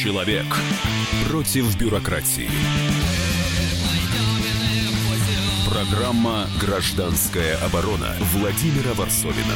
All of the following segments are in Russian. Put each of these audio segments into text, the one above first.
Человек против бюрократии. Программа «Гражданская оборона» Владимира Варсовина.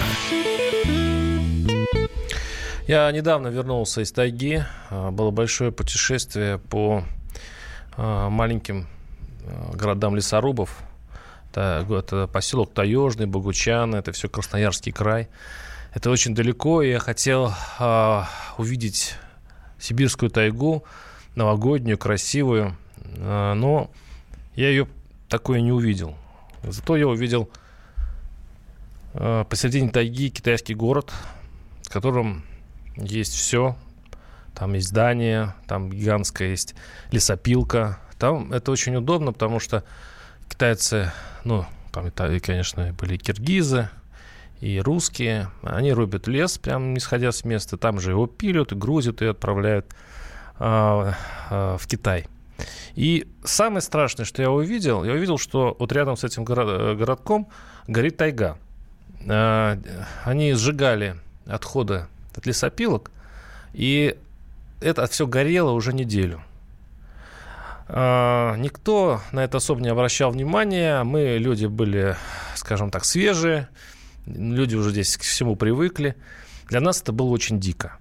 Я недавно вернулся из тайги. Было большое путешествие по маленьким городам лесорубов. Это поселок Таежный, Богучан, это все Красноярский край. Это очень далеко, и я хотел увидеть сибирскую тайгу, новогоднюю, красивую, но я ее такое не увидел. Зато я увидел посередине тайги китайский город, в котором есть все. Там есть здание, там гигантская есть лесопилка. Там это очень удобно, потому что китайцы, там, конечно, были киргизы и русские. Они рубят лес, прямо не сходя с места. Там же его пилят, и грузят, и отправляют в Китай. И самое страшное, что я увидел, что вот рядом с этим городком горит тайга. Они сжигали отходы от лесопилок, и это все горело уже неделю. Никто на это особо не обращал внимания. Мы, люди, были, скажем так, свежие. Люди уже здесь к всему привыкли. Для нас это было очень дико.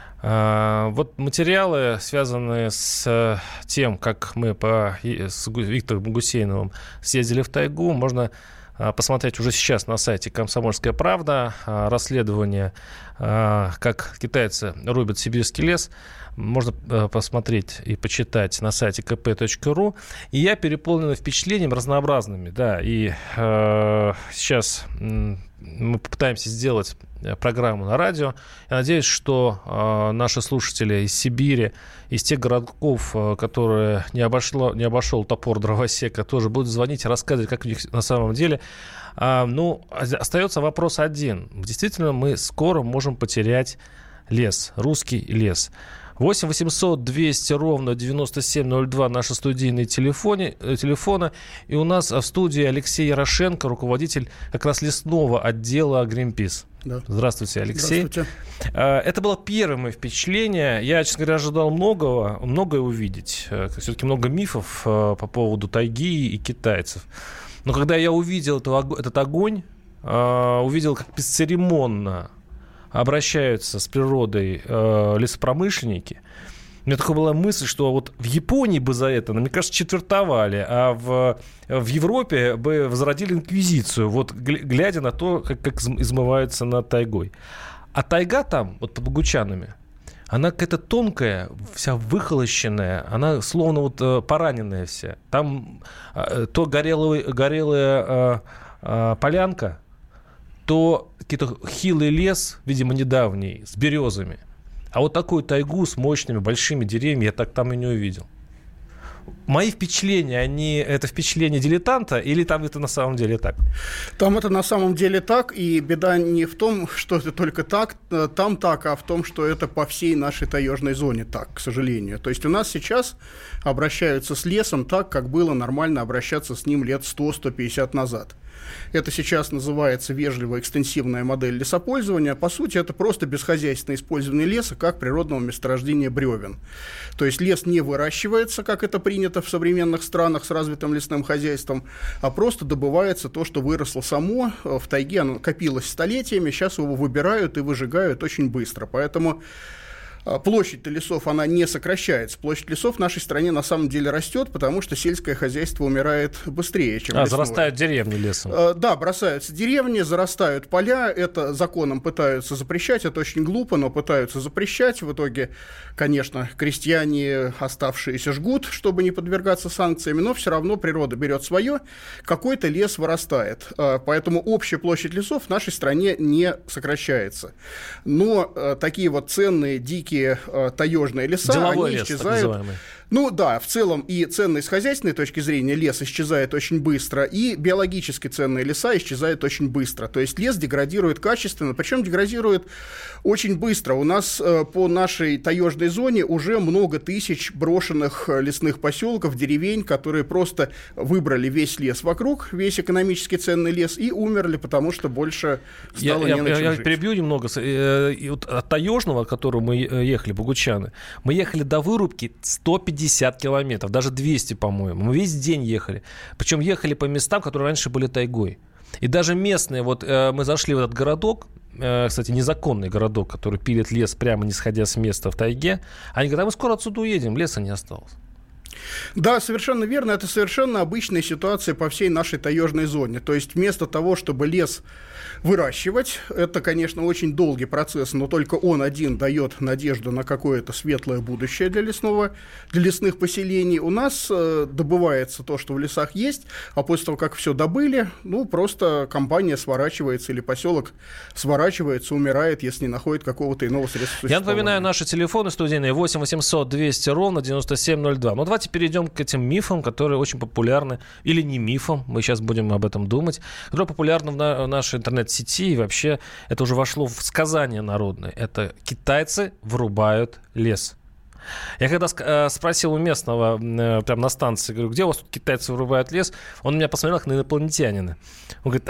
Вот материалы, связанные с тем, как мы с Виктором Гусейновым съездили в тайгу, можно посмотреть уже сейчас на сайте «Комсомольская правда». Расследование, как китайцы рубят сибирский лес, можно посмотреть и почитать на сайте kp.ru. И я переполнен впечатлениями разнообразными. Да, и сейчас мы попытаемся сделать программу на радио. Я надеюсь, что наши слушатели из Сибири, из тех городков, которые не обошел топор дровосека, тоже будут звонить и рассказывать, как у них на самом деле. Остается вопрос один. Действительно, мы скоро можем потерять лес, русский лес. 8 800 200 ровно 9702 наши студийные телефоны. И у нас в студии Алексей Ярошенко, руководитель как раз лесного отдела Greenpeace. Да. Здравствуйте, Алексей. Здравствуйте. Это было первое мое впечатление. Я, честно говоря, ожидал многое увидеть. Все-таки много мифов по поводу тайги и китайцев. Но когда я увидел этот огонь, увидел, как бесцеремонно обращаются с природой лесопромышленники. У меня такая была мысль, что вот в Японии бы за это, мне кажется, четвертовали, а в Европе бы возродили инквизицию, вот глядя на то, как измываются над тайгой. А тайга там, вот под Богучанами, она какая-то тонкая, вся выхолощенная, она словно вот пораненная вся. Там то горелая полянка, то какой-то хилый лес, видимо, недавний, с березами. А вот такую тайгу с мощными большими деревьями я так там и не увидел. Мои впечатления, это впечатление дилетанта или там это на самом деле так? Там это на самом деле так, и беда не в том, что это только так, там так, а в том, что это по всей нашей таежной зоне так, к сожалению. То есть у нас сейчас обращаются с лесом так, как было нормально обращаться с ним лет 100-150 назад. Это сейчас называется вежливая экстенсивная модель лесопользования. По сути, это просто бесхозяйственное использование леса как природного месторождения бревен. То есть лес не выращивается, как это принято в современных странах с развитым лесным хозяйством, а просто добывается то, что выросло само. В тайге оно копилось столетиями, сейчас его выбирают и выжигают очень быстро. Поэтому площадь лесов, она не сокращается. Площадь лесов в нашей стране на самом деле растет, потому что сельское хозяйство умирает быстрее, чем лесное. Зарастают деревни лесом. Да, бросаются деревни, зарастают поля. Это законом пытаются запрещать. Это очень глупо, но пытаются запрещать. В итоге, конечно, крестьяне оставшиеся жгут, чтобы не подвергаться санкциями, но все равно природа берет свое. Какой-то лес вырастает. Поэтому общая площадь лесов в нашей стране не сокращается. Но такие вот ценные, дикие таежные леса, деловой они лес, исчезают. Ну да, в целом и ценный с хозяйственной точки зрения лес исчезает очень быстро, и биологически ценные леса исчезают очень быстро. То есть лес деградирует качественно, причем деградирует очень быстро. У нас по нашей таежной зоне уже много тысяч брошенных лесных поселков, деревень, которые просто выбрали весь лес вокруг, весь экономически ценный лес, и умерли, потому что больше стало не на чем жить. Я перебью немного. И вот от таежного, от которого мы ехали, Богучаны, мы ехали до вырубки 150 километров, даже 200, по-моему. Мы весь день ехали. Причем ехали по местам, которые раньше были тайгой. И даже местные, вот мы зашли в этот городок, кстати, незаконный городок, который пилит лес прямо не сходя с места в тайге, они говорят, а мы скоро отсюда уедем, леса не осталось. Да, совершенно верно. Это совершенно обычная ситуация по всей нашей таежной зоне. То есть вместо того, чтобы лес выращивать, это, конечно, очень долгий процесс, но только он один дает надежду на какое-то светлое будущее для лесных поселений. У нас добывается то, что в лесах есть, а после того, как все добыли, просто компания сворачивается или поселок сворачивается, умирает, если не находит какого-то иного средства существования. Я напоминаю, наши телефоны студийные 8 800 200 ровно 9702. Но давайте перейдем к этим мифам, которые очень популярны, или не мифам, мы сейчас будем об этом думать, которые популярны в нашей интернет-сети, и вообще это уже вошло в сказание народное. Это китайцы вырубают лес. Я когда спросил у местного, прямо на станции, говорю, где у вас тут китайцы вырубают лес, он меня посмотрел как на инопланетянина. Он говорит,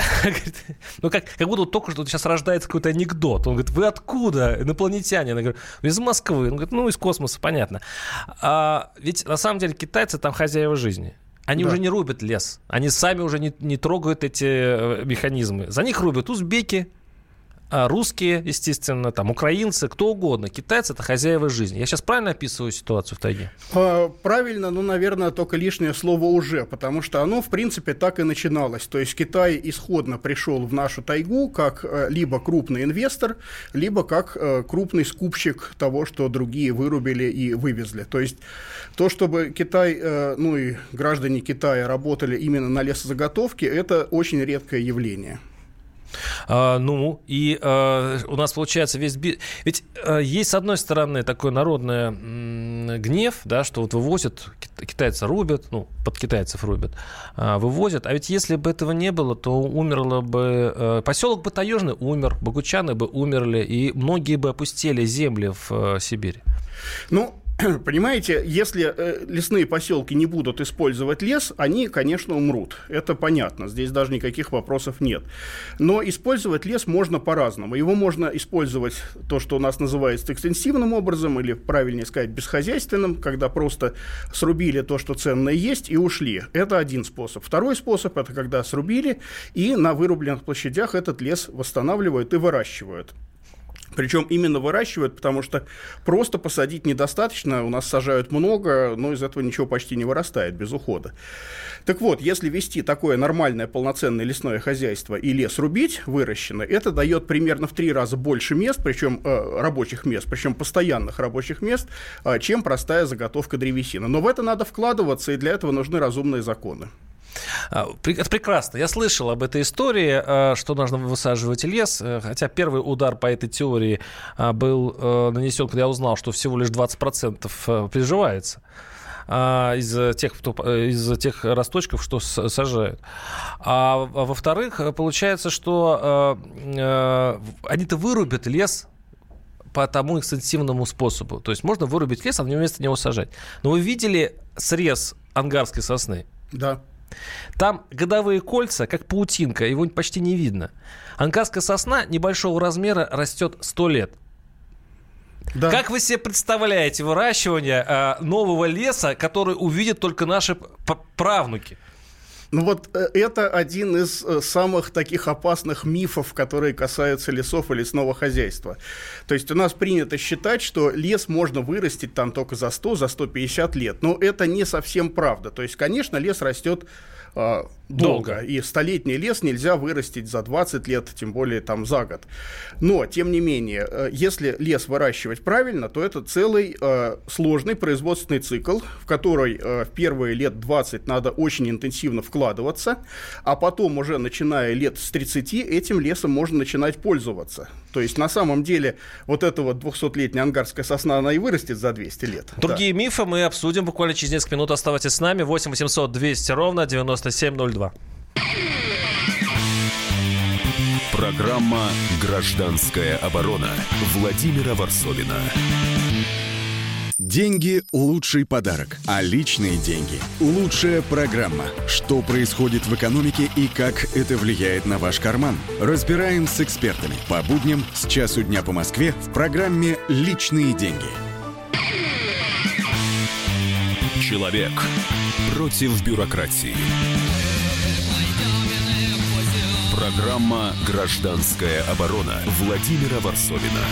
как будто только что сейчас рождается какой-то анекдот. Он говорит, вы откуда, инопланетянин? Я говорю, из Москвы. Он говорит, из космоса, понятно. Ведь на самом деле китайцы там хозяева жизни. Они уже не рубят лес. Они сами уже не трогают эти механизмы. За них рубят узбеки, русские, естественно, там, украинцы, кто угодно. Китайцы – это хозяева жизни. Я сейчас правильно описываю ситуацию в тайге? Правильно, наверное, только лишнее слово «уже», потому что оно, в принципе, так и начиналось. То есть Китай исходно пришел в нашу тайгу как либо крупный инвестор, либо как крупный скупщик того, что другие вырубили и вывезли. То есть то, чтобы Китай, и граждане Китая работали именно на лесозаготовке, это очень редкое явление. У нас получается Ведь есть, с одной стороны, такой народный гнев, да, что вот вывозят, китайцы рубят, под китайцев рубят, вывозят. А ведь если бы этого не было, то умерло бы... Поселок бы таежный умер, богучаны бы умерли, и многие бы опустели земли в Сибири. Понимаете, если лесные поселки не будут использовать лес, они, конечно, умрут. Это понятно, здесь даже никаких вопросов нет. Но использовать лес можно по-разному. Его можно использовать, то, что у нас называется экстенсивным образом, или, правильнее сказать, бесхозяйственным, когда просто срубили то, что ценное есть, и ушли. Это один способ. Второй способ – это когда срубили, и на вырубленных площадях этот лес восстанавливают и выращивают. Причем именно выращивают, потому что просто посадить недостаточно, у нас сажают много, но из этого ничего почти не вырастает без ухода. Так вот, если вести такое нормальное полноценное лесное хозяйство и лес рубить выращенный, это дает примерно в 3 раза больше мест, причем рабочих мест, причем постоянных рабочих мест, чем простая заготовка древесины. Но в это надо вкладываться, и для этого нужны разумные законы. Это прекрасно. Я слышал об этой истории, что нужно высаживать лес, хотя первый удар по этой теории был нанесен, когда я узнал, что всего лишь 20% приживается из тех росточков, что сажают. А во-вторых, получается, что они-то вырубят лес по тому экстенсивному способу. То есть можно вырубить лес, а вместо него сажать. Но вы видели срез ангарской сосны? Да. Там годовые кольца, как паутинка, его почти не видно. Ангарская сосна небольшого размера растет 100 лет. Да. Как вы себе представляете выращивание нового леса, который увидят только наши правнуки? Это один из самых таких опасных мифов, которые касаются лесов и лесного хозяйства. То есть у нас принято считать, что лес можно вырастить там только за 100, за 150 лет. Но это не совсем правда. То есть, конечно, лес растет долго. И 100-летний лес нельзя вырастить за 20 лет, тем более там за год. Но, тем не менее, если лес выращивать правильно, то это целый сложный производственный цикл, в который в первые лет 20 надо очень интенсивно вкладываться, а потом уже начиная лет с 30 этим лесом можно начинать пользоваться. То есть на самом деле вот эта вот 200-летняя ангарская сосна, она и вырастет за 200 лет. Другие мифы мы обсудим буквально через несколько минут. Оставайтесь с нами. 8 800 200 ровно 9702. Программа «Гражданская оборона» Владимира Варсовина. Деньги – лучший подарок, а личные деньги – лучшая программа. Что происходит в экономике и как это влияет на ваш карман? Разбираем с экспертами по будням с часу дня по Москве в программе «Личные деньги». Человек против бюрократии. Программа «Гражданская оборона» Владимира Варсовина.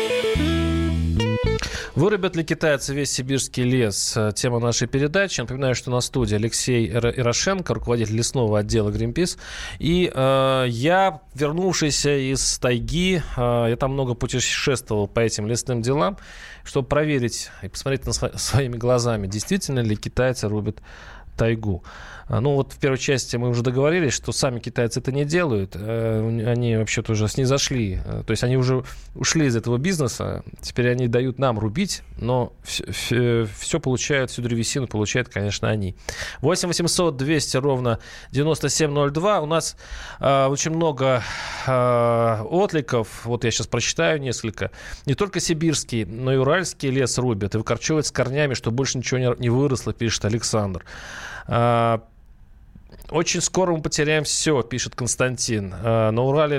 Вырубят ли китайцы весь сибирский лес? Тема нашей передачи. Напоминаю, что на студии Алексей Ирошенко, руководитель лесного отдела Greenpeace. И я, вернувшийся из тайги, я там много путешествовал по этим лесным делам, чтобы проверить и посмотреть своими глазами, действительно ли китайцы рубят тайгу. Ну вот в первой части мы уже договорились, что сами китайцы это не делают. Они вообще-то уже снизошли. То есть они уже ушли из этого бизнеса. Теперь они дают нам рубить, но все получают, всю древесину получают, конечно, они. 8 800 200 ровно 9702. У нас очень много откликов. Вот я сейчас прочитаю несколько. Не только сибирский, но и уральский лес рубят и выкорчевывают с корнями, что больше ничего не выросло, пишет Александр. Очень скоро мы потеряем все, пишет Константин. На Урале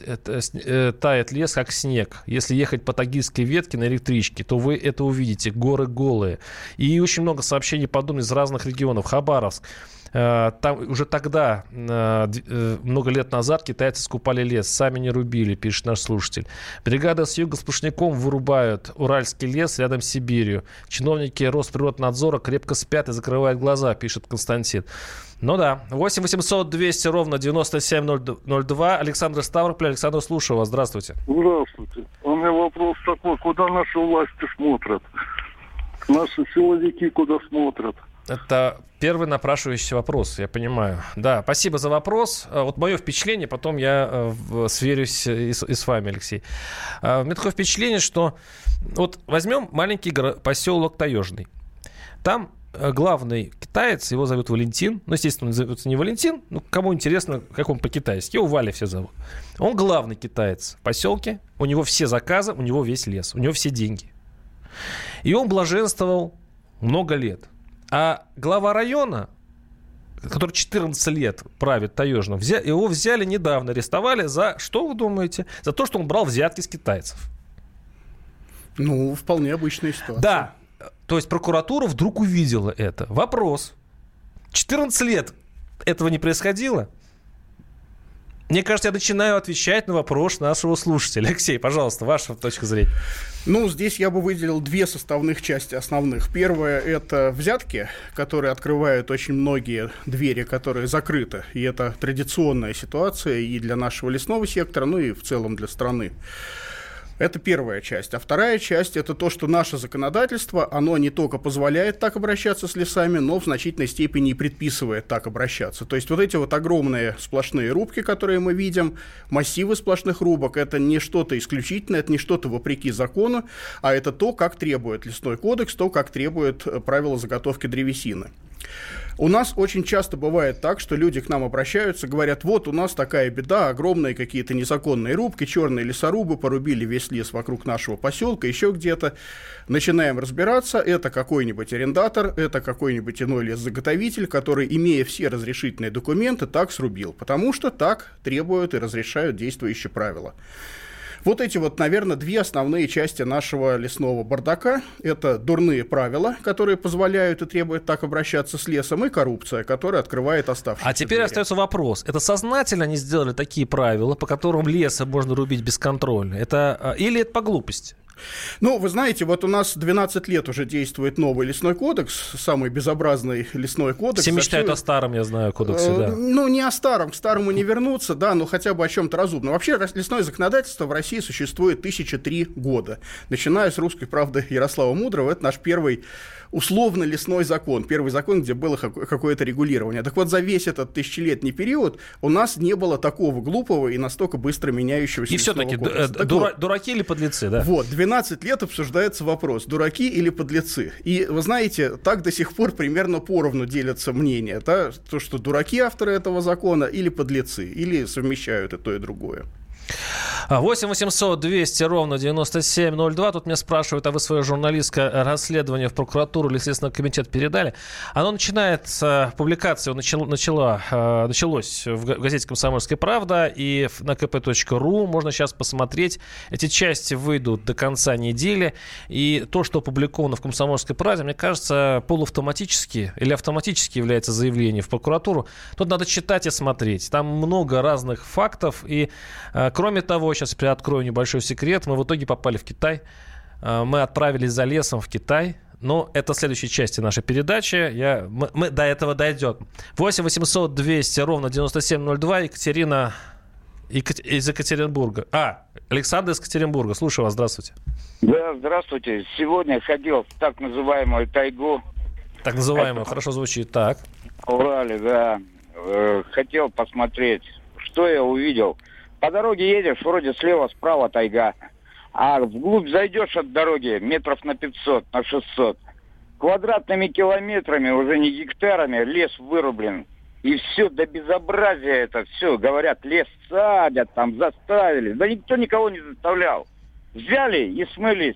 тает лес, как снег. Если ехать по тагильской ветке на электричке, то вы это увидите. Горы голые. И очень много сообщений подобных из разных регионов. Хабаровск. Там уже тогда, много лет назад, китайцы скупали лес, сами не рубили, пишет наш слушатель. Бригада с юга сплошняком вырубают уральский лес рядом с Сибирью. Чиновники Росприроднадзора крепко спят и закрывают глаза, пишет Константин. Ну да, 8 800 200 ровно 9702. Александр Ставрополь. Александр, слушаю вас. Здравствуйте. Здравствуйте. У меня вопрос такой. Куда наши власти смотрят? Наши силовики куда смотрят? Это первый напрашивающийся вопрос, я понимаю. Да, спасибо за вопрос. Вот мое впечатление, потом я сверюсь и с вами, Алексей. У меня такое впечатление, что вот возьмем маленький поселок Таежный. Там главный китаец, его зовут Валентин. Ну, естественно, он зовется не Валентин. Ну, кому интересно, как он по-китайски. Его Валя все зовут. Он главный китаец в поселке. У него все заказы, у него весь лес, у него все деньги. И он блаженствовал много лет. А глава района, который 14 лет правит Таежным, его взяли недавно, арестовали за, что вы думаете? За то, что он брал взятки с китайцев. Ну, вполне обычная ситуация. Да. То есть прокуратура вдруг увидела это. Вопрос. 14 лет этого не происходило? Мне кажется, я начинаю отвечать на вопрос нашего слушателя. Алексей, пожалуйста, ваша точка зрения. Ну, здесь я бы выделил две составных части основных. Первое – это взятки, которые открывают очень многие двери, которые закрыты. И это традиционная ситуация и для нашего лесного сектора, ну и в целом для страны. Это первая часть. А вторая часть – это то, что наше законодательство, оно не только позволяет так обращаться с лесами, но в значительной степени и предписывает так обращаться. То есть вот эти вот огромные сплошные рубки, которые мы видим, массивы сплошных рубок – это не что-то исключительное, это не что-то вопреки закону, а это то, как требует лесной кодекс, то, как требует правила заготовки древесины. У нас очень часто бывает так, что люди к нам обращаются, говорят, вот у нас такая беда, огромные какие-то незаконные рубки, черные лесорубы порубили весь лес вокруг нашего поселка, еще где-то. Начинаем разбираться, это какой-нибудь арендатор, это какой-нибудь иной лесзаготовитель, который, имея все разрешительные документы, так срубил, потому что так требуют и разрешают действующие правила. Вот эти вот, наверное, две основные части нашего лесного бардака. Это дурные правила, которые позволяют и требуют так обращаться с лесом, и коррупция, которая открывает оставшиеся А теперь двери. остается вопрос. Это сознательно они сделали такие правила, по которым леса можно рубить бесконтрольно? Или это по глупости? Ну, вы знаете, вот у нас 12 лет уже действует новый лесной кодекс, самый безобразный лесной кодекс. Все мечтают о старом, я знаю, кодексе, да. Ну, не о старом, к старому не вернуться, да, но хотя бы о чем-то разумном. Вообще, лесное законодательство в России существует 1003 года. Начиная с «Русской правды» Ярослава Мудрого, это наш первый условно лесной закон, первый закон, где было какое-то регулирование. Так вот, за весь этот тысячелетний период у нас не было такого глупого и настолько быстро меняющегося. И все-таки дураки или подлецы, да? Вот, 12 лет обсуждается вопрос, дураки или подлецы. И, вы знаете, так до сих пор примерно поровну делятся мнения, да? То, что дураки авторы этого закона или подлецы, или совмещают и то, и другое. 8 800 200 ровно 9702. Тут меня спрашивают, а вы свое журналистское расследование в прокуратуру или Следственный комитет передали? Оно начинается, публикация началось в газете «Комсомольская правда» и на kp.ru. Можно сейчас посмотреть. Эти части выйдут до конца недели. И то, что опубликовано в «Комсомольской правде», мне кажется, полуавтоматически или автоматически является заявлением в прокуратуру. Тут надо читать и смотреть. Там много разных фактов. И, кроме того, сейчас я приоткрою небольшой секрет. Мы в итоге попали в Китай. Мы отправились за лесом в Китай. Но это в следующей части нашей передачи. Мы до этого дойдем. 8 800 200 ровно 9702. Екатерина из Екатеринбурга. Александр из Екатеринбурга. Слушаю вас. Здравствуйте. Да, здравствуйте. Сегодня ходил в так называемую тайгу. Так называемую. Хорошо звучит. Так. В Урале, да. Хотел посмотреть, что я увидел. По дороге едешь, вроде слева-справа тайга. А вглубь зайдешь от дороги метров на 500, на 600. Квадратными километрами, уже не гектарами, лес вырублен. И все до безобразия это все. Говорят, лес садят, там заставили. Да никто никого не заставлял. Взяли и смылись.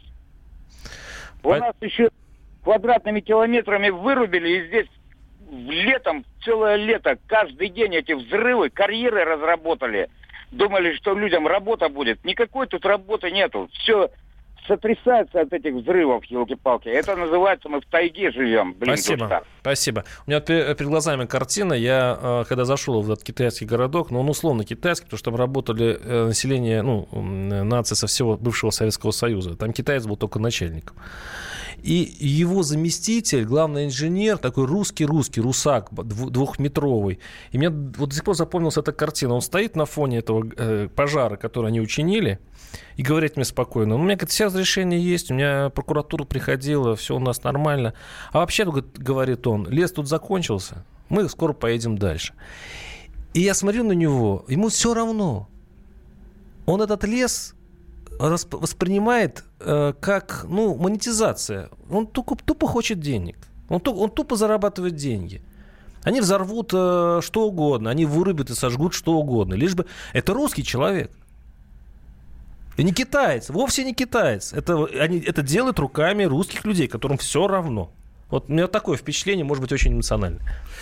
У нас еще квадратными километрами вырубили, и здесь летом, целое лето, каждый день эти взрывы, карьеры разработали. Думали, что людям работа будет. Никакой тут работы нету. Все сотрясается от этих взрывов, елки-палки. Это называется, мы в тайге живем. Спасибо. У меня перед глазами картина. Я, когда зашел в этот китайский городок, он условно китайский, потому что там работали население, нации со всего бывшего Советского Союза. Там китаец был только начальником. И его заместитель, главный инженер, такой русский русак, двухметровый. И мне вот до сих пор запомнилась эта картина. Он стоит на фоне этого пожара, который они учинили, и говорит мне спокойно: у меня, говорит, все разрешения есть, у меня прокуратура приходила, все у нас нормально. А вообще, говорит он, лес тут закончился, мы скоро поедем дальше. И я смотрю на него, ему все равно. Он этот лес воспринимает как монетизация. Он тупо хочет денег. Он тупо зарабатывает деньги. Они взорвут что угодно, они вырубят и сожгут что угодно. Лишь бы... Это русский человек. И не китаец, вовсе не китаец. Это делают руками русских людей, которым все равно. Вот у меня такое впечатление, может быть, очень эмоциональное.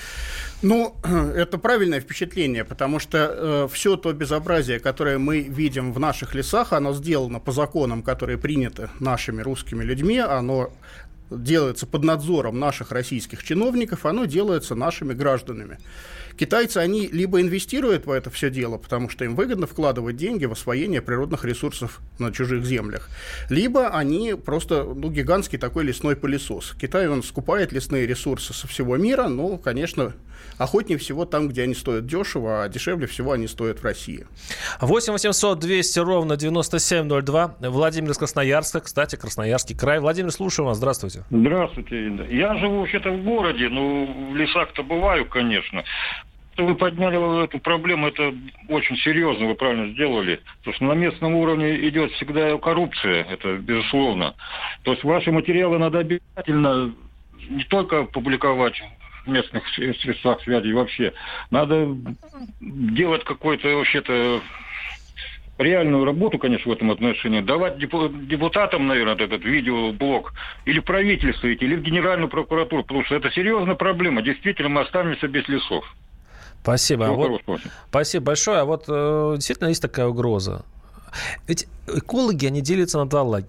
Это правильное впечатление, потому что все то безобразие, которое мы видим в наших лесах, оно сделано по законам, которые приняты нашими русскими людьми, оно делается под надзором наших российских чиновников, оно делается нашими гражданами. Китайцы, они либо инвестируют в это все дело, потому что им выгодно вкладывать деньги в освоение природных ресурсов на чужих землях, либо они просто, гигантский такой лесной пылесос. Китай, он скупает лесные ресурсы со всего мира, но, конечно, охотнее всего там, где они стоят дешево, а дешевле всего они стоят в России. 8 800 200 ровно 9702. Владимир из Красноярска. Кстати, Красноярский край. Владимир, слушаю вас. Здравствуйте. Здравствуйте. Я живу вообще-то в городе, в лесах-то бываю, конечно. Вы подняли эту проблему, это очень серьезно, вы правильно сделали. Потому что на местном уровне идет всегда коррупция, это безусловно. То есть ваши материалы надо обязательно не только публиковать в местных средствах связи вообще. Надо делать какой-то вообще-то реальную работу, конечно, в этом отношении. Давать депутатам, наверное, этот видеоблог, или в правительство идти, или в Генеральную прокуратуру, потому что это серьезная проблема. Действительно, мы останемся без лесов. Спасибо. Спасибо большое. А действительно есть такая угроза. Ведь экологи, они делятся на два лагеря.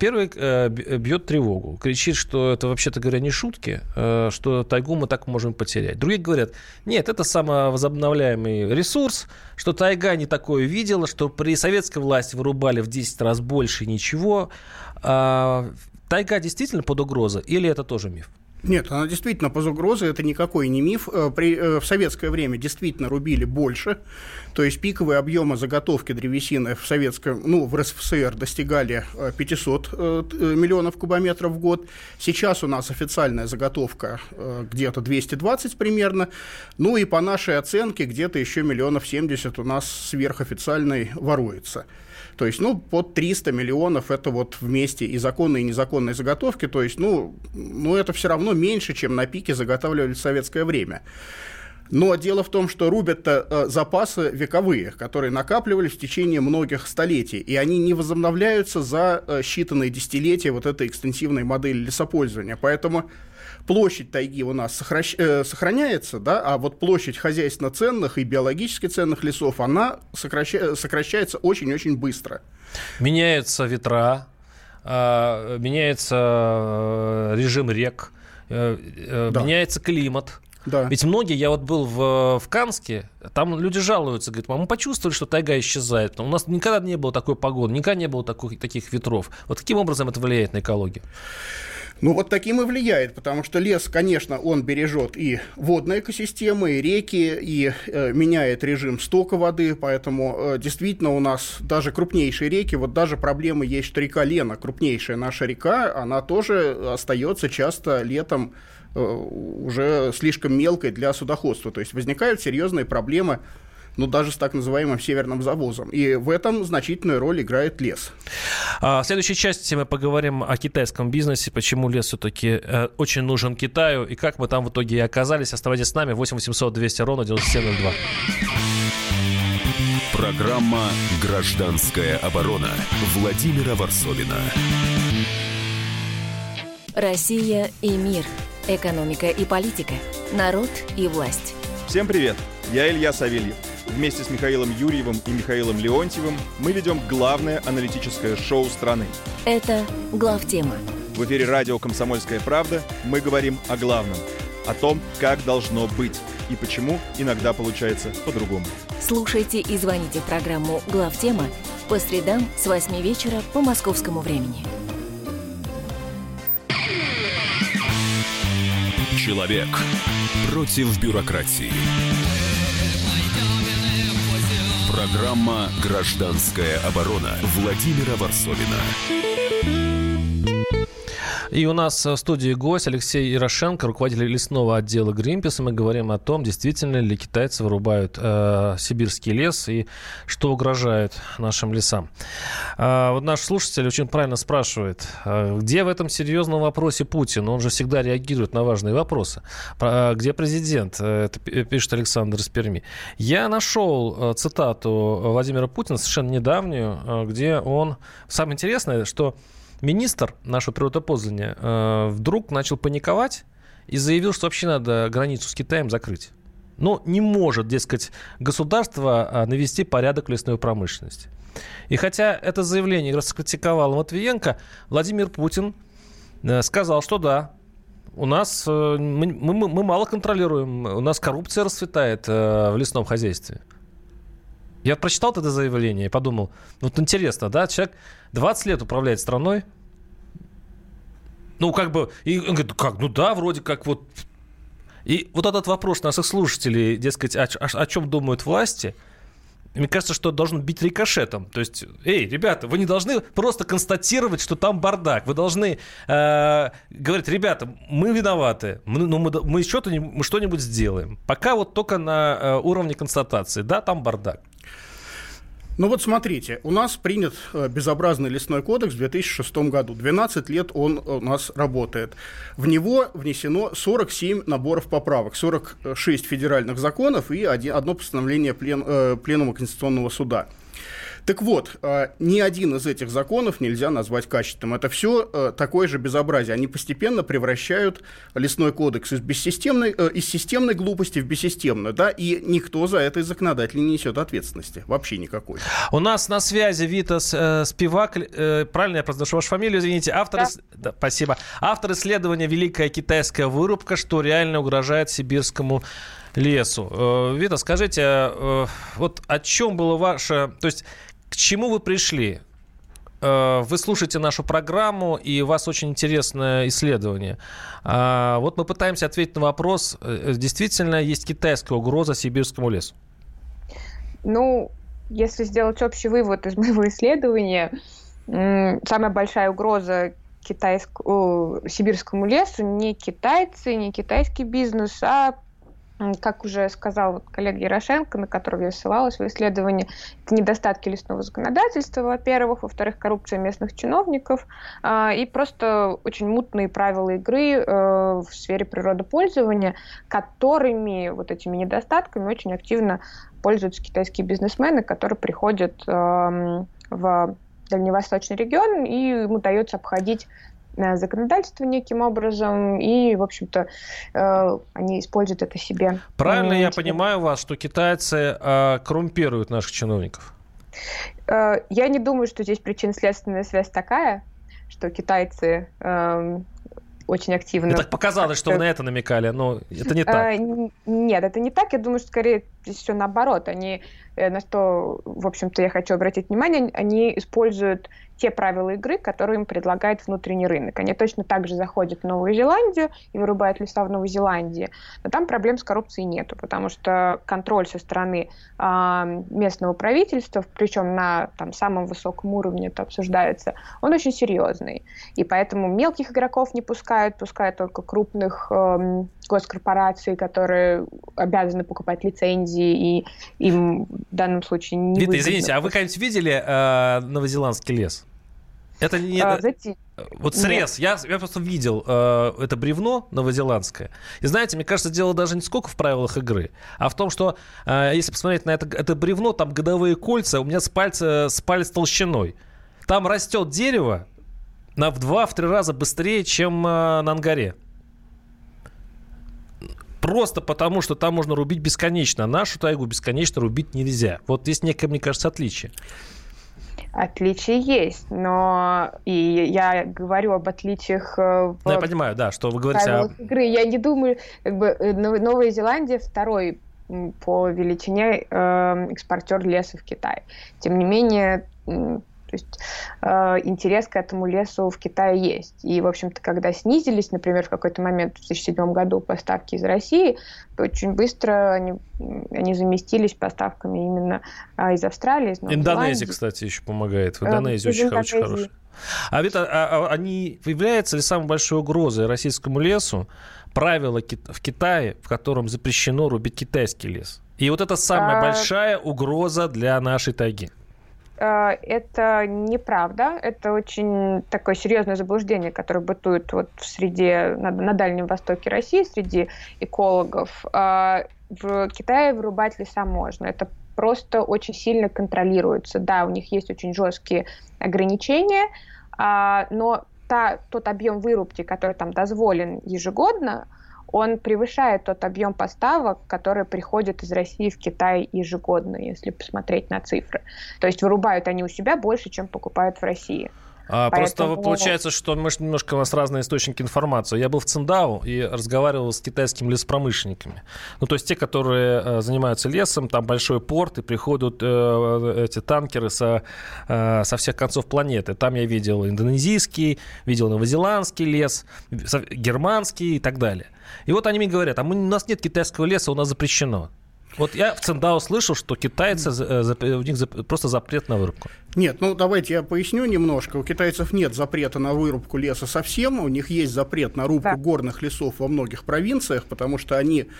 Первый бьет тревогу, кричит, что это, вообще-то говоря, не шутки, что тайгу мы так можем потерять. Другие говорят, нет, это самовозобновляемый ресурс, что тайга не такое видела, что при советской власти вырубали в 10 раз больше ничего. Тайга действительно под угрозой или это тоже миф? Нет, она действительно под угрозой, это никакой не миф. В советское время действительно рубили больше, то есть пиковые объемы заготовки древесины в РСФСР достигали 500 миллионов кубометров в год. Сейчас у нас официальная заготовка где-то 220 примерно, ну и по нашей оценке где-то еще 1 070 000 у нас сверхофициальной воруется. То есть, под 300 миллионов это вот вместе и законные, и незаконные заготовки. То есть, это все равно меньше, чем на пике заготавливали в советское время. Но дело в том, что рубят-то запасы вековые, которые накапливались в течение многих столетий, и они не возобновляются за считанные десятилетия вот этой экстенсивной модели лесопользования. Поэтому площадь тайги у нас сохраняется, да, а вот площадь хозяйственно ценных и биологически ценных лесов, она сокращается очень-очень быстро. Меняются ветра, меняется режим рек, меняется климат. Да. Ведь многие, я вот был в Канске, там люди жалуются, говорят, мы почувствовали, что тайга исчезает. У нас никогда не было такой погоды, никогда не было таких ветров. Вот каким образом это влияет на экологию? Вот таким и влияет, потому что лес, конечно, он бережет и водные экосистемы, и реки, и меняет режим стока воды, поэтому действительно у нас даже крупнейшие реки, вот даже проблема есть, что река Лена, крупнейшая наша река, она тоже остается часто летом уже слишком мелкой для судоходства, то есть возникают серьезные проблемы, даже с так называемым северным завозом. И в этом значительную роль играет лес. В следующей части мы поговорим о китайском бизнесе, почему лес все-таки очень нужен Китаю, и как мы там в итоге и оказались. Оставайтесь с нами, 8 800 200 ровно 9702. Программа «Гражданская оборона» Владимира Варсовина. Россия и мир. Экономика и политика. Народ и власть. Всем привет! Я Илья Савельев. Вместе с Михаилом Юрьевым и Михаилом Леонтьевым мы ведем главное аналитическое шоу страны. Это «Главтема». В эфире радио «Комсомольская правда» мы говорим о главном. О том, как должно быть и почему иногда получается по-другому. Слушайте и звоните в программу «Главтема» по средам с 8 вечера по московскому времени. Человек против бюрократии. Программа «Гражданская оборона» Владимира Варсовина. И у нас в студии гость Алексей Ярошенко, руководитель лесного отдела Greenpeace. Мы говорим о том, действительно ли китайцы вырубают сибирский лес и что угрожает нашим лесам. Вот наш слушатель очень правильно спрашивает, где в этом серьезном вопросе Путин? Он же всегда реагирует на важные вопросы. Где президент? Это пишет Александр из Перми. Я нашел цитату Владимира Путина, совершенно недавнюю, где он... Самое интересное, что министр нашего природопользования вдруг начал паниковать и заявил, что вообще надо границу с Китаем закрыть. Не может, дескать, государство навести порядок в лесной промышленности. И хотя это заявление раскритиковал Матвиенко, Владимир Путин сказал, что да, у нас мы мало контролируем, у нас коррупция расцветает в лесном хозяйстве. Я прочитал это заявление и подумал, интересно, да, человек 20 лет управляет страной, и он говорит, вроде как вот. И вот этот вопрос наших слушателей, дескать, о чем думают власти, мне кажется, что должен бить рикошетом. То есть, ребята, вы не должны просто констатировать, что там бардак. Вы должны говорить, ребята, мы виноваты, мы что-нибудь сделаем. Пока вот только на уровне констатации, да, там бардак. Смотрите, у нас принят безобразный лесной кодекс в 2006 году. 12 лет он у нас работает. В него внесено 47 наборов поправок, 46 федеральных законов и одно постановление Пленума Конституционного суда. Так вот, ни один из этих законов нельзя назвать качественным. Это все такое же безобразие. Они постепенно превращают лесной кодекс из системной глупости в бессистемную, да, и никто за это из законодателей не несет ответственности. Вообще никакой. У нас на связи Витас Спивак, правильно я произношу вашу фамилию, извините, автор, да, спасибо. Автор исследования «Великая китайская вырубка. Что реально угрожает сибирскому лесу». Вита, скажите, вот о чем было ваше... То есть к чему вы пришли? Вы слушаете нашу программу, и у вас очень интересное исследование. Вот мы пытаемся ответить на вопрос, действительно есть китайская угроза сибирскому лесу? Ну, если сделать общий вывод из моего исследования, самая большая угроза сибирскому лесу не китайцы, не китайский бизнес, а, как уже сказал коллега Ярошенко, на которого я ссылалась в исследовании, это недостатки лесного законодательства, во-первых, во-вторых, коррупция местных чиновников и просто очень мутные правила игры в сфере природопользования, которыми, вот этими недостатками, очень активно пользуются китайские бизнесмены, которые приходят в дальневосточный регион, и им удается обходить законодательство неким образом, и, в общем-то, они используют это себе. Правильно я понимаю вас, что китайцы коррумпируют наших чиновников? Я не думаю, что здесь причинно-следственная связь такая, что китайцы очень активно... Мне так показалось, что вы на это намекали, но это не так. Нет, это не так. Я думаю, что скорее здесь все наоборот. Они, на что, в общем-то, я хочу обратить внимание, они используют те правила игры, которые им предлагает внутренний рынок. Они точно так же заходят в Новую Зеландию и вырубают леса в Новой Зеландии. Но там проблем с коррупцией нету, потому что контроль со стороны местного правительства, причем на самом высоком уровне это обсуждается, он очень серьезный. И поэтому мелких игроков не пускают только крупных госкорпораций, которые обязаны покупать лицензии, и им в данном случае не выгодно. Вита, извините, а вы когда-нибудь видели новозеландский лес? Это не... Вот срез. Я просто видел это бревно новозеландское. И знаете, мне кажется, дело даже не сколько в правилах игры, а в том, что если посмотреть на это бревно, там годовые кольца у меня с палец толщиной. Там растет дерево в 2-3 раза быстрее, чем на ангаре. Просто потому, что там можно рубить бесконечно. А нашу тайгу бесконечно рубить нельзя. Вот здесь некое, мне кажется, отличие. Отличия есть, но и я говорю об отличиях в я понимаю, да, что вы говорите о... игры. Я не думаю, Новая Зеландия второй по величине экспортер леса в Китай. Тем не менее, то есть интерес к этому лесу в Китае есть. И, в общем-то, когда снизились, например, в какой-то момент в 2007 году поставки из России, то очень быстро они заместились поставками именно из Австралии, из Новой Индонезия, Зеландии. кстати, еще помогает. В Индонезии очень хорошая. А ведь они являются ли самой большой угрозой российскому лесу правила в Китае, в котором запрещено рубить китайский лес? И вот это самая большая угроза для нашей тайги. Это неправда. Это очень такое серьезное заблуждение, которое бытует вот в среде, на Дальнем Востоке России, среди экологов. В Китае вырубать леса можно. Это просто очень сильно контролируется. Да, у них есть очень жесткие ограничения, но тот объем вырубки, который там дозволен ежегодно, он превышает тот объем поставок, который приходит из России в Китай ежегодно, если посмотреть на цифры. То есть вырубают они у себя больше, чем покупают в России. Просто получается, что немножко у нас разные источники информации. Я был в Циндао и разговаривал с китайскими леспромышленниками. Ну, то есть те, которые занимаются лесом, там большой порт, и приходят эти танкеры со всех концов планеты. Там я видел индонезийский, видел новозеландский лес, германский и так далее. И вот они мне говорят, у нас нет китайского леса, у нас запрещено. Вот я в Циндао слышал, что китайцы, у них просто запрет на вырубку. Нет, давайте я поясню немножко. У китайцев нет запрета на вырубку леса совсем. У них есть запрет на рубку горных лесов во многих провинциях, потому что они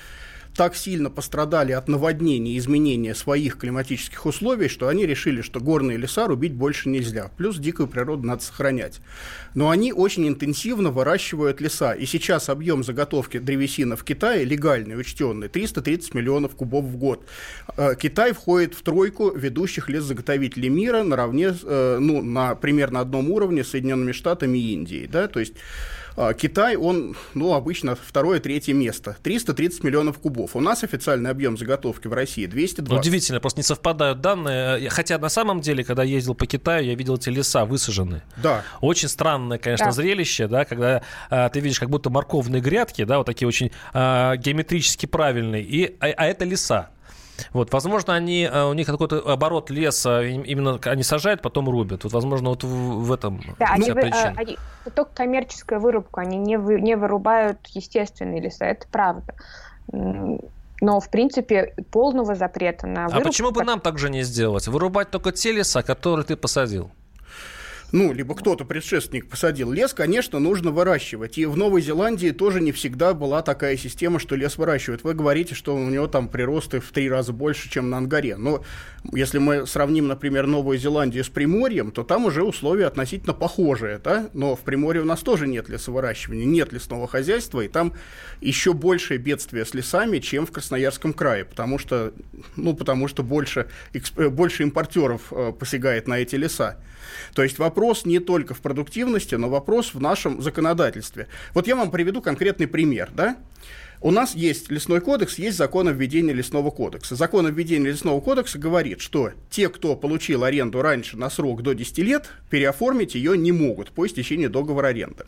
так сильно пострадали от наводнений и изменения своих климатических условий, что они решили, что горные леса рубить больше нельзя. Плюс дикую природу надо сохранять. Но они очень интенсивно выращивают леса. И сейчас объем заготовки древесины в Китае, легальный, учтенный, 330 миллионов кубов в год. Китай входит в тройку ведущих лесозаготовителей мира наравне, на примерно одном уровне с Соединенными Штатами и Индией. Да? То есть Китай, он, обычно второе-третье место. 330 миллионов кубов. У нас официальный объем заготовки в России 220. Удивительно, просто не совпадают данные. Хотя на самом деле, когда я ездил по Китаю, я видел эти леса высаженные. Да. Очень странное, конечно, зрелище, да, когда ты видишь как будто морковные грядки, да, вот такие очень геометрически правильные, а это леса. Вот, возможно, у них какой-то оборот леса, именно они сажают, потом рубят. Вот, возможно, вот в этом вся причина. Они только коммерческую вырубку, они не вырубают естественные леса, это правда. Но, в принципе, полного запрета на вырубку... А почему бы нам так же не сделать? Вырубать только те леса, которые ты посадил? Либо кто-то, предшественник, посадил лес, конечно, нужно выращивать. И в Новой Зеландии тоже не всегда была такая система, что лес выращивают. Вы говорите, что у него там приросты в 3 раза больше, чем на Ангаре. Но если мы сравним, например, Новую Зеландию с Приморьем, то там уже условия относительно похожие. Да? Но в Приморье у нас тоже нет лесовыращивания, нет лесного хозяйства, и там еще большее бедствие с лесами, чем в Красноярском крае, потому что больше импортеров посягает на эти леса. То есть вопрос не только в продуктивности, но вопрос в нашем законодательстве. Вот я вам приведу конкретный пример. Да? У нас есть лесной кодекс, есть закон о введении лесного кодекса. Закон о введении лесного кодекса говорит, что те, кто получил аренду раньше на срок до 10 лет, переоформить ее не могут по истечении договора аренды.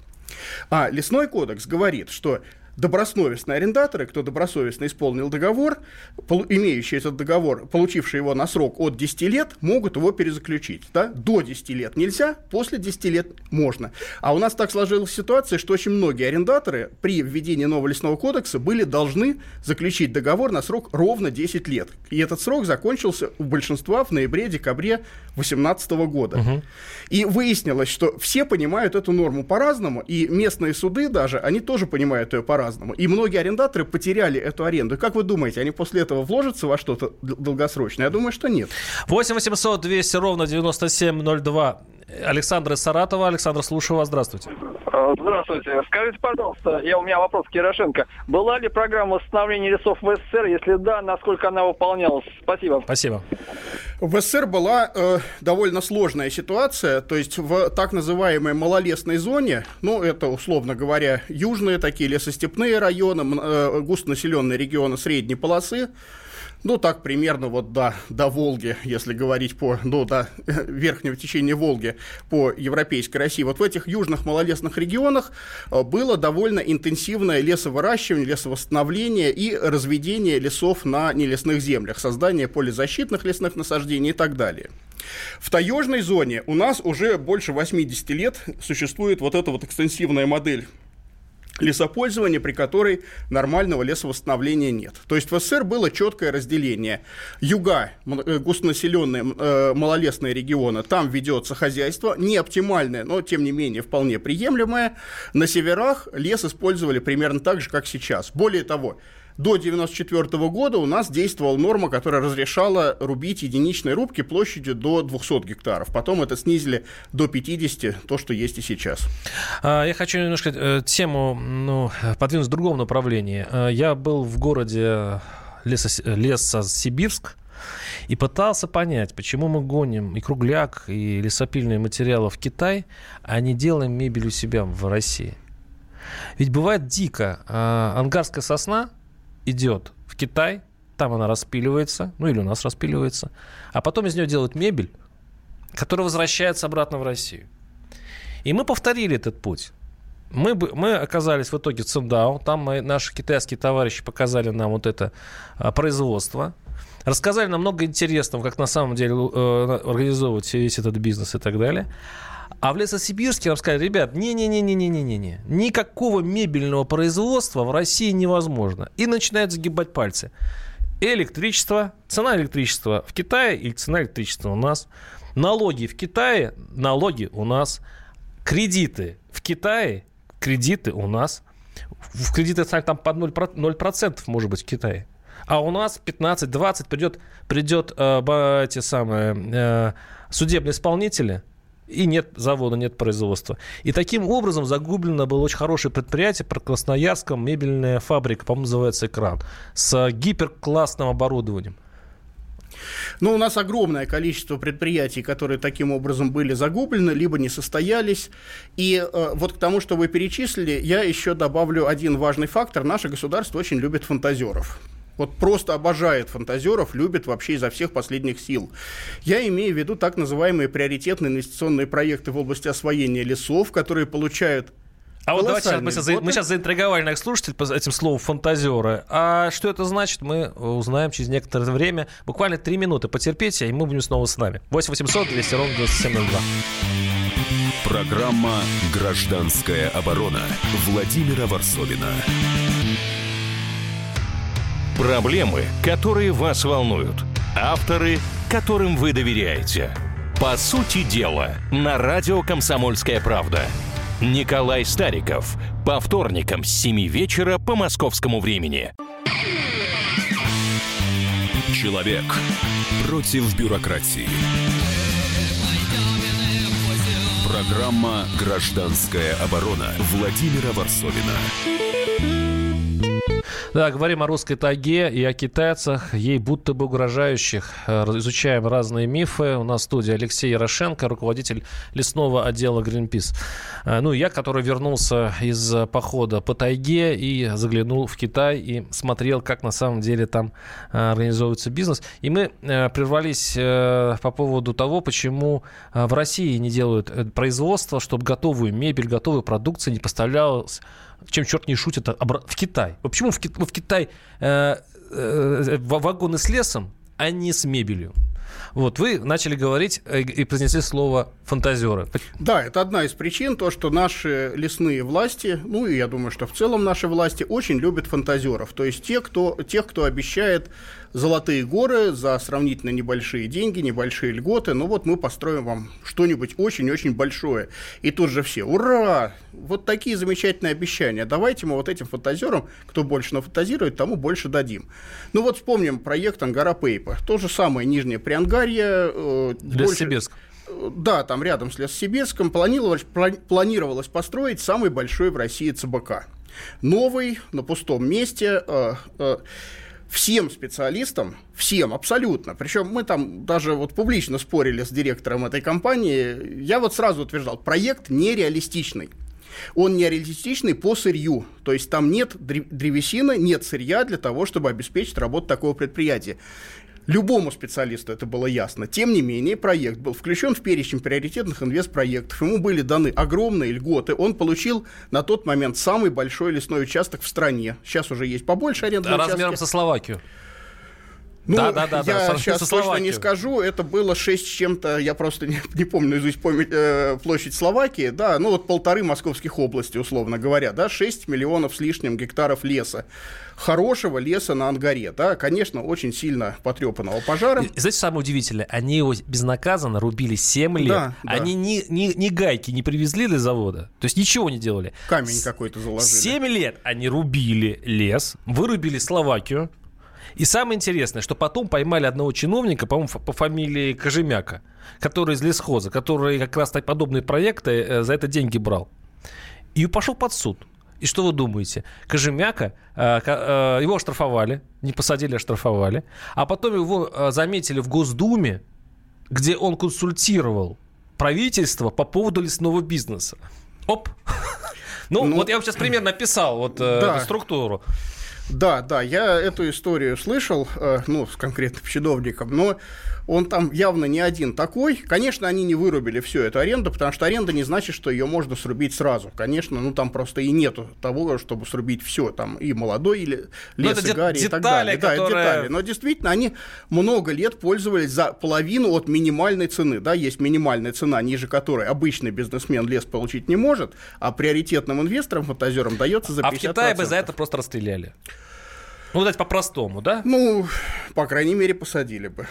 А лесной кодекс говорит, что добросовестные арендаторы, кто добросовестно исполнил договор, имеющий этот договор, получивший его на срок от 10 лет, могут его перезаключить. Да? До 10 лет нельзя, после 10 лет можно. А у нас так сложилась ситуация, что очень многие арендаторы при введении нового лесного кодекса были должны заключить договор на срок ровно 10 лет. И этот срок закончился у большинства в ноябре-декабре 2018 года. Угу. И выяснилось, что все понимают эту норму по-разному, и местные суды даже, они тоже понимают ее по-разному. И многие арендаторы потеряли эту аренду. И как вы думаете, они после этого вложатся во что-то долгосрочное? Я думаю, что нет. 8 800 200 ровно 9702. Александр из Саратова. Александр, слушаю вас. Здравствуйте. Здравствуйте. Скажите, пожалуйста, у меня вопрос к Ярошенко. Была ли программа восстановления лесов в СССР? Если да, насколько она выполнялась? Спасибо. Спасибо. В СССР была довольно сложная ситуация. То есть в так называемой малолесной зоне, это, условно говоря, южные такие лесостепные районы, густонаселенные регионы средней полосы, так примерно до Волги, если говорить до верхнего течения Волги по европейской России. Вот в этих южных малолесных регионах было довольно интенсивное лесовыращивание, лесовосстановление и разведение лесов на нелесных землях, создание полезащитных лесных насаждений и так далее. В таежной зоне у нас уже больше 80 лет существует вот эта экстенсивная модель лесопользования, при которой нормального лесовосстановления нет. То есть в СССР было четкое разделение. Юга, густонаселенные малолесные регионы, там ведется хозяйство, не оптимальное, но тем не менее вполне приемлемое. На северах лес использовали примерно так же, как сейчас. Более того, до 1994 года у нас действовала норма, которая разрешала рубить единичные рубки площадью до 200 гектаров. Потом это снизили до 50, то, что есть и сейчас. Я хочу немножко тему подвинуть в другом направлении. Я был в городе Лесосибирск и пытался понять, почему мы гоним и кругляк, и лесопильные материалы в Китай, а не делаем мебель у себя в России. Ведь бывает дико. Ангарская сосна идет в Китай, там она распиливается, или у нас распиливается, а потом из нее делают мебель, которая возвращается обратно в Россию. И мы повторили этот путь. Мы оказались в итоге в Циндао, там наши китайские товарищи показали нам это производство, рассказали нам много интересного, как на самом деле организовывать весь этот бизнес и так далее. А в Лесосибирске нам сказали: ребят, не-не-не-не-не-не-не, никакого мебельного производства в России невозможно. И начинают загибать пальцы. Электричество, цена электричества в Китае или цена электричества у нас. Налоги в Китае, налоги у нас. Кредиты в Китае, кредиты у нас. В кредитах там под 0% может быть в Китае. А у нас 15-20 придет эти самые судебные исполнители, и нет завода, нет производства. И таким образом загублено было очень хорошее предприятие про Красноярском, мебельная фабрика, по-моему, называется «Экран», с гиперклассным оборудованием. Но у нас огромное количество предприятий, которые таким образом были загублены, либо не состоялись. И вот к тому, что вы перечислили, я еще добавлю один важный фактор. Наше государство очень любит фантазеров. Вот просто обожает фантазеров, любит вообще изо всех последних сил. Я имею в виду так называемые приоритетные инвестиционные проекты в области освоения лесов, которые получают... А вот давайте мы сейчас заинтриговали наших слушателей по этим словом «фантазеры». А что это значит, мы узнаем через некоторое время. Буквально 3 минуты потерпите, и мы будем снова с нами. 8-800-200-97-02. Программа «Гражданская оборона» Владимира Варсовина. Проблемы, которые вас волнуют. Авторы, которым вы доверяете. По сути дела, на радио «Комсомольская правда». Николай Стариков. По вторникам с 7 вечера по московскому времени. Человек против бюрократии. Программа «Гражданская оборона» Владимира Варсовина. Да, говорим о русской тайге и о китайцах, ей будто бы угрожающих. Изучаем разные мифы. У нас в студии Алексей Ярошенко, руководитель лесного отдела Greenpeace. Ну и я, который вернулся из похода по тайге и заглянул в Китай и смотрел, как на самом деле там организовывается бизнес. И мы прервались по поводу того, почему в России не делают производство, чтобы готовую мебель, готовую продукцию не поставлялась, чем черт не шутит, в Китай. Почему в Китай вагоны с лесом, а не с мебелью? Вот, вы начали говорить и произнесли слово «фантазеры». Да, это одна из причин, то, что наши лесные власти, ну и я думаю, что в целом наши власти очень любят фантазеров. То есть тех, кто обещает золотые горы за сравнительно небольшие деньги, небольшие льготы. Ну вот мы построим вам что-нибудь очень-очень большое. И тут же все: ура! Вот такие замечательные обещания. Давайте мы вот этим фантазерам, кто больше нафантазирует, тому больше дадим. Ну вот вспомним проект Ангара-Пейпа. То же самое Нижнее Приангарье. Лессибирск. Да, там рядом с Лессибирском планировалось построить самый большой в России ЦБК. Новый, на пустом месте. Всем специалистам, всем абсолютно, причем мы там даже вот публично спорили с директором этой компании, я вот сразу утверждал, проект нереалистичный. Он нереалистичный по сырью, то есть там нет древесины, нет сырья для того, чтобы обеспечить работу такого предприятия. Любому специалисту это было ясно. Тем не менее, проект был включен в перечень приоритетных инвестпроектов. Ему были даны огромные льготы. Он получил на тот момент самый большой лесной участок в стране. Сейчас уже есть побольше арендных участков. Размером со Словакию. Ну, я сейчас точно не скажу, это было 6 с чем-то, я просто не помню наизусть площадь Словакии, да, ну вот 1,5 московских области, условно говоря, да, 6 миллионов с лишним гектаров леса. Хорошего леса на Ангаре, да, конечно, очень сильно потрепанного пожаром. И знаете, самое удивительное, они его безнаказанно рубили 7 лет. Да, они ни гайки не привезли для завода, то есть ничего не делали. Камень какой-то заложили. 7 лет они рубили лес, вырубили Словакию. И самое интересное, что потом поймали одного чиновника, по-моему, по фамилии Кожемяка, который из лесхоза, который как раз так подобные проекты за это деньги брал. И пошел под суд. И что вы думаете? Кожемяка, его оштрафовали, не посадили, оштрафовали, а потом его заметили в Госдуме, где он консультировал правительство по поводу лесного бизнеса. Оп! Ну, вот я вам сейчас примерно описал вот эту структуру. Да, я эту историю слышал, с конкретным чиновником, но он там явно не один такой. Конечно, они не вырубили всю эту аренду, потому что аренда не значит, что ее можно срубить сразу. Конечно, там просто и нету того, чтобы срубить все, там и молодой лес, и гарри, и так далее. Да, это детали. Но действительно, они много лет пользовались за половину от минимальной цены. Да, есть минимальная цена, ниже которой обычный бизнесмен лес получить не может, а приоритетным инвесторам, фантазерам дается за 50%. А в Китае бы за это просто расстреляли. Ну, дать по-простому, да? Ну, по крайней мере, посадили бы.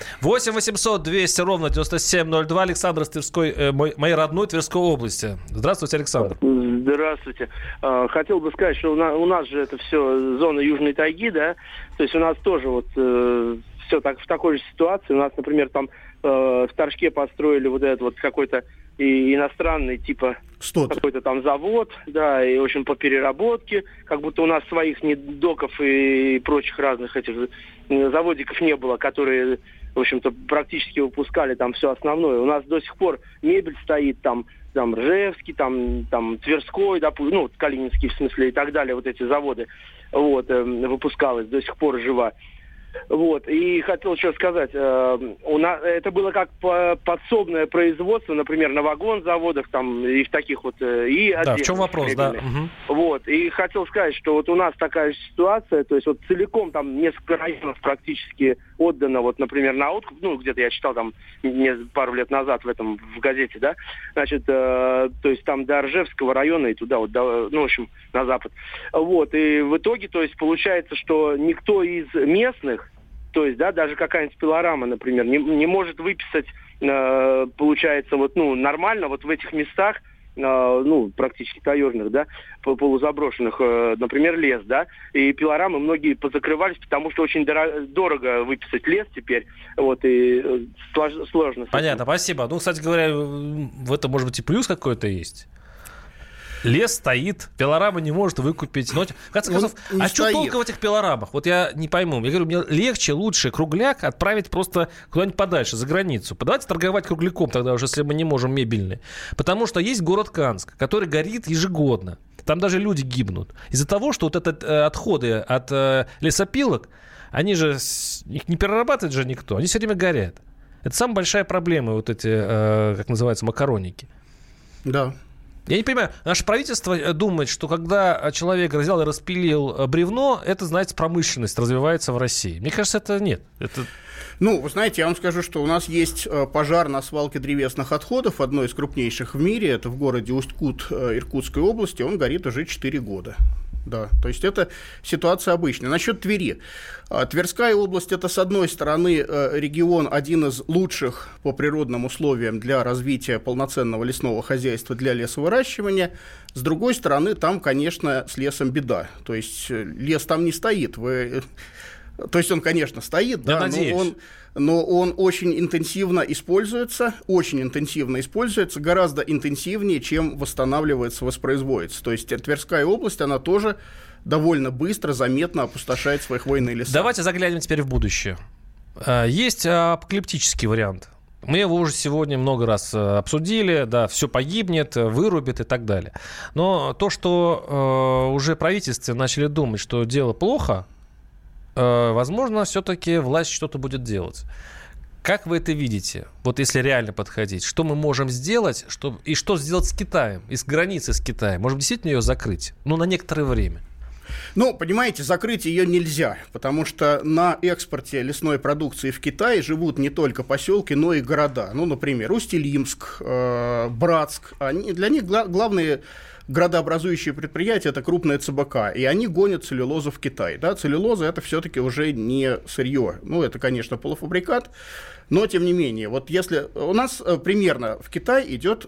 8-800-200-97-02. Александр из Тверской, моей родной Тверской области. Здравствуйте, Александр. Здравствуйте. Хотел бы сказать, что у нас же это все зона Южной тайги, да? То есть у нас тоже вот все так, в такой же ситуации. У нас, например, там в Торжке построили вот этот вот какой-то иностранный типа какой-то там завод, да, и, в общем, по переработке, как будто у нас своих ни доков и прочих разных этих заводиков не было, которые, в общем-то, практически выпускали там все основное. У нас до сих пор мебель стоит там Ржевский, там Тверской, ну, Калининский в смысле и так далее, вот эти заводы, вот, выпускалось, до сих пор жива. Вот, и хотел еще сказать, у нас это было как подсобное производство, например, на вагонзаводах там и в таких вот и да, в чем вопрос, да. Угу. Вот, и хотел сказать, что вот у нас такая же ситуация, то есть вот целиком там несколько районов практически отдано, вот, например, на откуп, ну, где-то я читал там пару лет назад в газете, да, значит, то есть там до Ржевского района и туда вот, ну, в общем, на запад. Вот, и в итоге, то есть получается, что никто из местных, то есть, да, даже какая-нибудь пилорама, например, не может выписать, получается, вот, ну, нормально вот в этих местах, ну, практически таежных, да, полузаброшенных, например, лес, да, и пилорамы многие позакрывались, потому что очень дорого выписать лес теперь, вот, и сложно. Понятно, спасибо. Ну, кстати говоря, в этом, может быть, и плюс какой-то есть. Лес стоит, пилорама не может выкупить. Но, в конце концов, а что толку в этих пилорамах? Вот я не пойму. Я говорю, мне легче, лучше кругляк отправить просто куда-нибудь подальше, за границу. Давайте торговать кругляком тогда уже, если мы не можем мебельный. Потому что есть город Канск, который горит ежегодно. Там даже люди гибнут. Из-за того, что вот это отходы от лесопилок, они же, их не перерабатывает же никто, они все время горят. Это самая большая проблема, вот эти, как называются, макароники. Да. Я не понимаю, наше правительство думает, что когда человек взял и распилил бревно, это, знаете, промышленность развивается в России. Мне кажется, это нет. Это... Ну, вы знаете, я вам скажу, что у нас есть пожар на свалке древесных отходов, одной из крупнейших в мире, это в городе Усть-Кут Иркутской области, он горит уже 4 года. Да, то есть это ситуация обычная. Насчет Твери. Тверская область – это, с одной стороны, регион один из лучших по природным условиям для развития полноценного лесного хозяйства, для лесовыращивания. С другой стороны, там, конечно, с лесом беда. То есть лес там не стоит. То есть он, конечно, стоит, да, но он очень интенсивно используется, гораздо интенсивнее, чем восстанавливается, воспроизводится. То есть Тверская область, она тоже довольно быстро, заметно опустошает свои хвойные леса. Давайте заглянем теперь в будущее. Есть апокалиптический вариант. Мы его уже сегодня много раз обсудили, да, все погибнет, вырубит и так далее. Но то, что уже правительство начали думать, что дело плохо, возможно, все-таки власть что-то будет делать. Как вы это видите? Вот если реально подходить, что мы можем сделать, и что сделать с Китаем, и с границей с Китаем? Может, действительно ее закрыть? Ну, на некоторое время. Ну, понимаете, закрыть ее нельзя, потому что на экспорте лесной продукции в Китае живут не только поселки, но и города. Ну, например, Усть-Илимск, Братск. Для них главные градообразующие предприятия – это крупная ЦБК, и они гонят целлюлозу в Китай. Да? Целлюлоза – это все-таки уже не сырье. Ну, это, конечно, полуфабрикат, но, тем не менее, вот если у нас примерно в Китай идет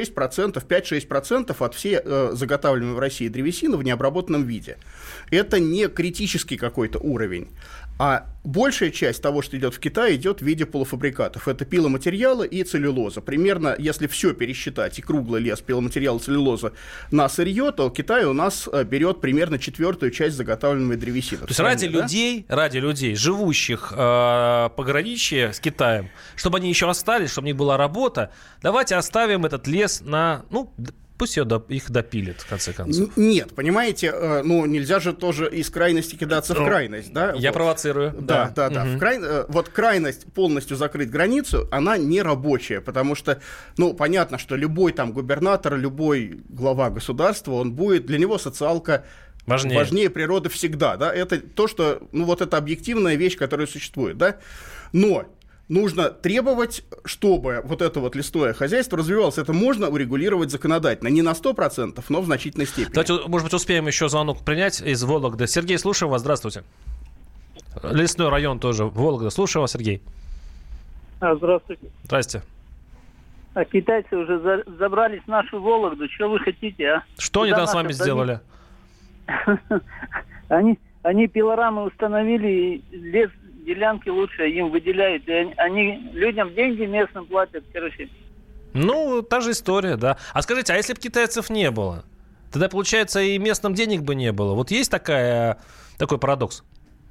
5-6% от всей заготавливаемой в России древесины в необработанном виде. Это не критический какой-то уровень. А большая часть того, что идет в Китай, идет в виде полуфабрикатов. Это пиломатериалы и целлюлоза. Примерно, если все пересчитать, и круглый лес, пиломатериал, целлюлоза на сырье, то Китай у нас берет примерно 1/4 часть заготавливаемой древесины. То есть ради людей, живущих пограничье с Китаем, чтобы они еще остались, чтобы у них была работа, давайте оставим этот лес на... Пусть их допилят, в конце концов. Нет, понимаете, нельзя же тоже из крайности кидаться в крайность. Да? Я провоцирую. Да. Угу. Вот крайность полностью закрыть границу, она не рабочая, потому что, понятно, что любой там губернатор, любой глава государства, он будет, для него социалка важнее природы всегда. Да? Это то, что, это объективная вещь, которая существует. Да? Но нужно требовать, чтобы вот это вот лесное хозяйство развивалось. Это можно урегулировать законодательно. Не на 100%, но в значительной степени. Давайте, может быть, успеем еще звонок принять из Вологды. Сергей, слушаю вас. Здравствуйте. Лесной район тоже. Вологда. Слушаю вас, Сергей. Здравствуйте. Здрасте. А китайцы уже забрались в нашу Вологду. Что вы хотите, а? Что они там с вами сделали? Они пилорамы установили, лес, делянки лучше им выделяют. И они людям деньги местным платят, короче. Ну, та же история, да. А скажите, а если бы китайцев не было? Тогда, получается, и местным денег бы не было. Вот есть такой парадокс?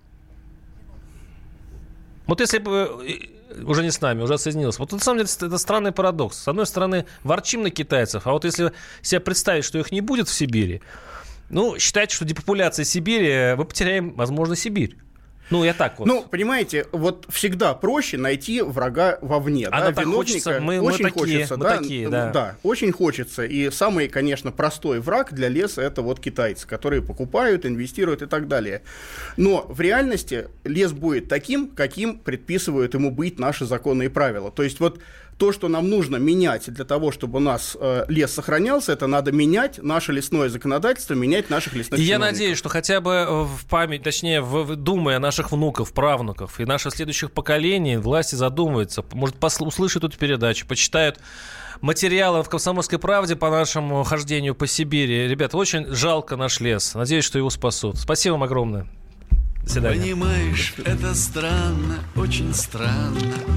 Вот если бы... Уже не с нами, уже отсоединился. Вот на самом деле это странный парадокс. С одной стороны, ворчим на китайцев, а вот если себе представить, что их не будет в Сибири, считайте, что депопуляция Сибири, мы потеряем, возможно, Сибирь. Я так вот. Понимаете, вот всегда проще найти врага вовне. А так хочется, мы такие, да. Да, очень хочется. И самый, конечно, простой враг для леса – это вот китайцы, которые покупают, инвестируют и так далее. Но в реальности лес будет таким, каким предписывают ему быть наши законы и правила. То есть вот то, что нам нужно менять для того, чтобы у нас лес сохранялся, это надо менять наше лесное законодательство, менять наших лесных чиновников. Я надеюсь, что хотя бы в память, точнее, думая о наших внуков, правнуков и наших следующих поколений, власти задумаются, может, услышат эту передачу, почитают материалы в «Комсомольской правде» по нашему хождению по Сибири. Ребята, очень жалко наш лес. Надеюсь, что его спасут. Спасибо вам огромное. До свидания. Понимаешь, это странно, очень странно.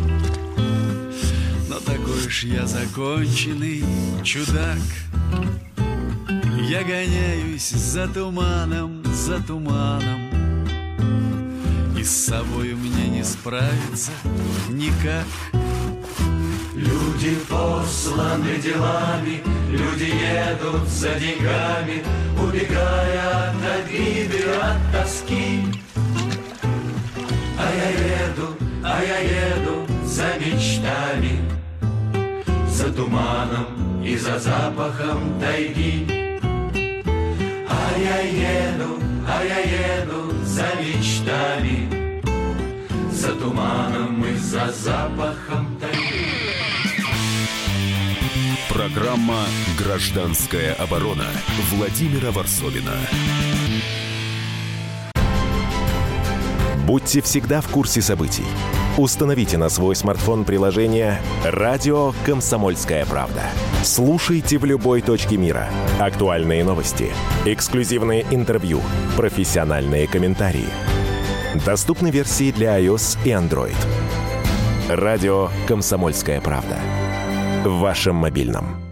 Но такой уж я законченный чудак. Я гоняюсь за туманом, и с собой мне не справиться никак. Люди посланы делами, люди едут за деньгами, убегая от обиды, от тоски. А я еду за мечтами, за туманом и за запахом тайги. А я еду за мечтами, за туманом и за запахом тайги. Программа «Гражданская оборона» Владимира Варсовина. Будьте всегда в курсе событий. Установите на свой смартфон приложение «Радио Комсомольская правда». Слушайте в любой точке мира. Актуальные новости, эксклюзивные интервью, профессиональные комментарии. Доступны версии для iOS и Android. «Радио Комсомольская правда». В вашем мобильном.